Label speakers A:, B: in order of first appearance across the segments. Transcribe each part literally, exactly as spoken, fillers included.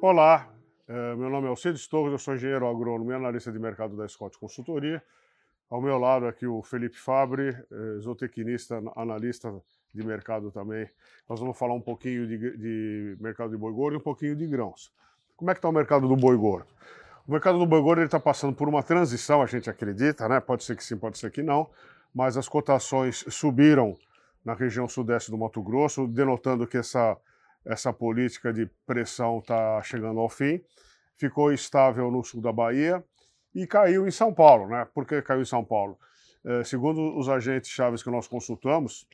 A: Olá, eh, meu nome é Alcides Torres, eu sou engenheiro agrônomo e analista de mercado da Scott Consultoria. Ao meu lado aqui o Felipe Fabbri, eh, zootecnista, analista de mercado também. Nós vamos falar um pouquinho de, de mercado de boi gordo e um pouquinho de grãos. Como é que está o mercado do boi gordo? O mercado do boi gordo está passando por uma transição, a gente acredita, né? Pode ser que sim, pode ser que não, mas as cotações subiram na região sudeste do Mato Grosso, denotando que essa, essa política de pressão está chegando ao fim. Ficou estável no sul da Bahia e caiu em São Paulo, né? Por que caiu em São Paulo? Eh, segundo os agentes chaves que nós consultamos,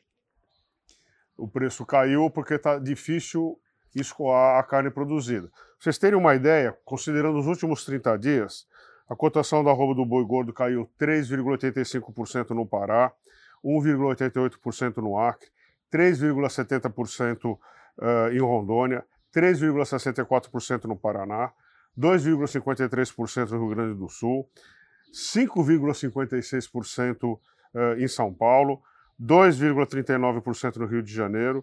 A: o preço caiu porque está difícil escoar a carne produzida. Pra vocês terem uma ideia, considerando os últimos trinta dias, a cotação da arroba do boi gordo caiu três vírgula oitenta e cinco por cento no Pará, um vírgula oitenta e oito por cento no Acre, três vírgula setenta por cento uh, em Rondônia, três vírgula sessenta e quatro por cento no Paraná, dois vírgula cinquenta e três por cento no Rio Grande do Sul, cinco vírgula cinquenta e seis por cento uh, em São Paulo, dois vírgula trinta e nove por cento no Rio de Janeiro,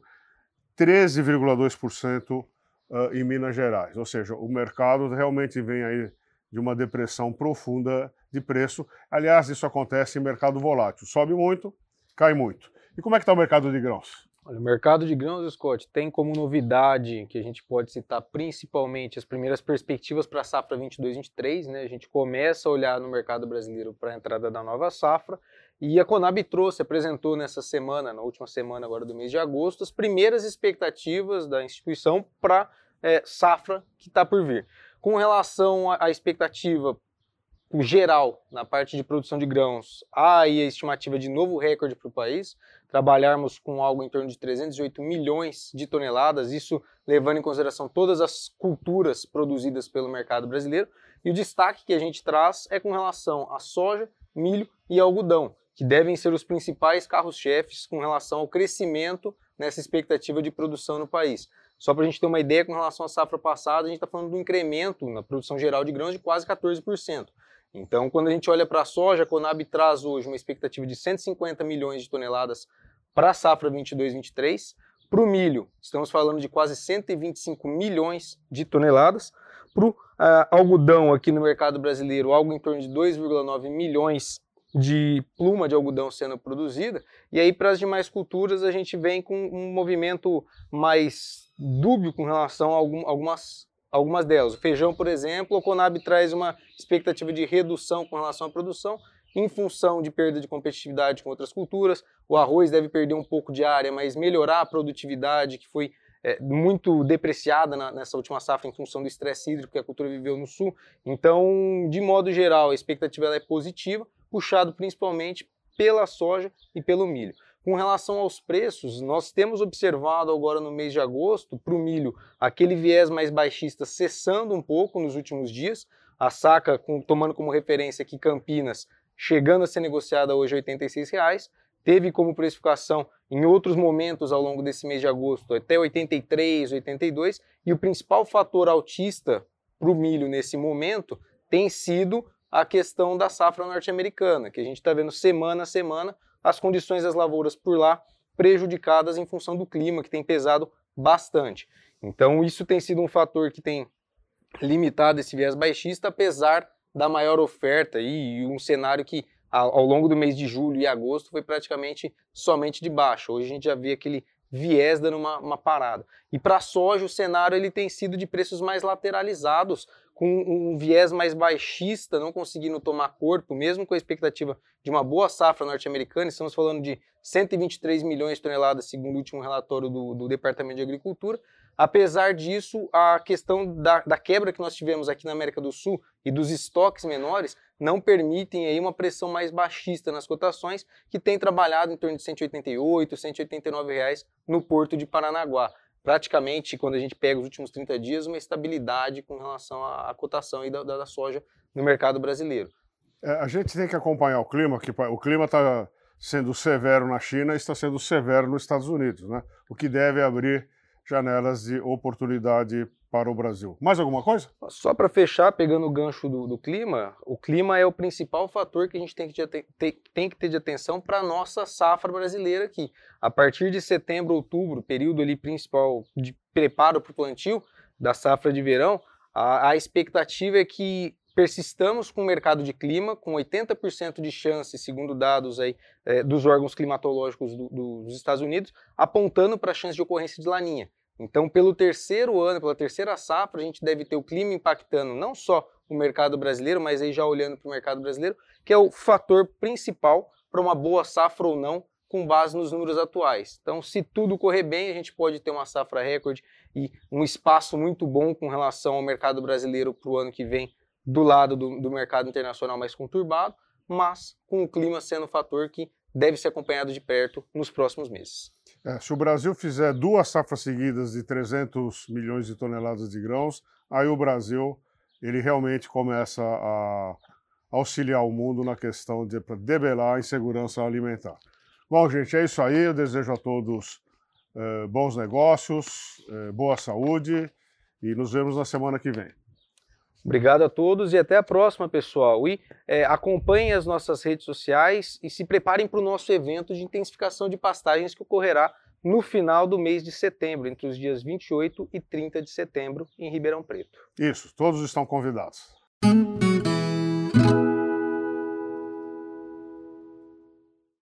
A: treze vírgula dois por cento uh, em Minas Gerais. Ou seja, o mercado realmente vem aí de uma depressão profunda de preço. Aliás, isso acontece em mercado volátil. Sobe muito, cai muito. E como é que está o mercado de grãos?
B: Olha, o mercado de grãos, Scott, tem como novidade que a gente pode citar principalmente as primeiras perspectivas para a safra vinte e dois vinte e três, né? A gente começa a olhar no mercado brasileiro para a entrada da nova safra e a Conab trouxe, apresentou nessa semana, na última semana agora do mês de agosto, as primeiras expectativas da instituição para é, safra que está por vir. Com relação à expectativa geral, na parte de produção de grãos, há aí a estimativa de novo recorde para o país, trabalharmos com algo em torno de trezentos e oito milhões de toneladas, isso levando em consideração todas as culturas produzidas pelo mercado brasileiro, e o destaque que a gente traz é com relação à soja, milho e algodão, que devem ser os principais carros-chefes com relação ao crescimento nessa expectativa de produção no país. Só para a gente ter uma ideia, com relação à safra passada, a gente está falando de um incremento na produção geral de grãos de quase quatorze por cento. Então, quando a gente olha para a soja, a Conab traz hoje uma expectativa de cento e cinquenta milhões de toneladas para a safra vinte e dois vinte e três. Para o milho, estamos falando de quase cento e vinte e cinco milhões de toneladas. Para o uh, algodão aqui no mercado brasileiro, algo em torno de dois vírgula nove milhões de pluma de algodão sendo produzida. E aí, para as demais culturas, a gente vem com um movimento mais dúbio com relação a algum, algumas Algumas delas. O feijão, por exemplo, a Conab traz uma expectativa de redução com relação à produção em função de perda de competitividade com outras culturas. O arroz deve perder um pouco de área, mas melhorar a produtividade, que foi é, muito depreciada na, nessa última safra em função do estresse hídrico que a cultura viveu no sul. Então, de modo geral, a expectativa ela é positiva, puxado principalmente pela soja e pelo milho. Com relação aos preços, nós temos observado agora no mês de agosto, para o milho, aquele viés mais baixista cessando um pouco nos últimos dias, a saca com, tomando como referência aqui Campinas, chegando a ser negociada hoje a oitenta e seis reais, teve como precificação em outros momentos ao longo desse mês de agosto até oitenta e três, oitenta e dois, e o principal fator altista para o milho nesse momento tem sido a questão da safra norte-americana, que a gente está vendo semana a semana as condições das lavouras por lá prejudicadas em função do clima, que tem pesado bastante. Então isso tem sido um fator que tem limitado esse viés baixista, apesar da maior oferta e um cenário que ao longo do mês de julho e agosto foi praticamente somente de baixa. Hoje a gente já vê aquele viés dando uma, uma parada. E para a soja o cenário ele tem sido de preços mais lateralizados, com um viés mais baixista, não conseguindo tomar corpo, mesmo com a expectativa de uma boa safra norte-americana. Estamos falando de cento e vinte e três milhões de toneladas, segundo o último relatório do, do Departamento de Agricultura. Apesar disso, a questão da, da quebra que nós tivemos aqui na América do Sul e dos estoques menores não permitem aí uma pressão mais baixista nas cotações, que tem trabalhado em torno de cento e oitenta e oito, cento e oitenta e nove reais no Porto de Paranaguá. Praticamente, quando a gente pega os últimos trinta dias, uma estabilidade com relação à, à cotação aí da, da, da soja no mercado brasileiro.
A: É, a gente tem que acompanhar o clima, que o clima está sendo severo na China e está sendo severo nos Estados Unidos, né? O que deve abrir janelas de oportunidade para o Brasil. Mais alguma coisa?
B: Só para fechar, pegando o gancho do, do clima, o clima é o principal fator que a gente tem que ter, tem que ter de atenção para a nossa safra brasileira aqui. A partir de setembro, outubro, período ali principal de preparo para o plantio da safra de verão, A, a expectativa é que persistamos com o mercado de clima, com oitenta por cento de chance, segundo dados aí, é, dos órgãos climatológicos do, do, dos Estados Unidos, apontando para a chance de ocorrência de laninha. Então, pelo terceiro ano, pela terceira safra, a gente deve ter o clima impactando não só o mercado brasileiro, mas aí já olhando para o mercado brasileiro, que é o fator principal para uma boa safra ou não, com base nos números atuais. Então, se tudo correr bem, a gente pode ter uma safra recorde e um espaço muito bom com relação ao mercado brasileiro para o ano que vem, do lado do, do mercado internacional mais conturbado, mas com o clima sendo um fator que deve ser acompanhado de perto nos próximos meses.
A: É, se o Brasil fizer duas safras seguidas de trezentos milhões de toneladas de grãos, aí o Brasil ele realmente começa a auxiliar o mundo na questão de debelar a insegurança alimentar. Bom, gente, é isso aí. Eu desejo a todos eh, bons negócios, eh, boa saúde e nos vemos na semana que vem.
B: Obrigado a todos e até a próxima, pessoal. E é, acompanhem as nossas redes sociais e se preparem para o nosso evento de intensificação de pastagens que ocorrerá no final do mês de setembro, entre os dias vinte e oito e trinta de setembro, em Ribeirão Preto.
A: Isso, todos estão convidados.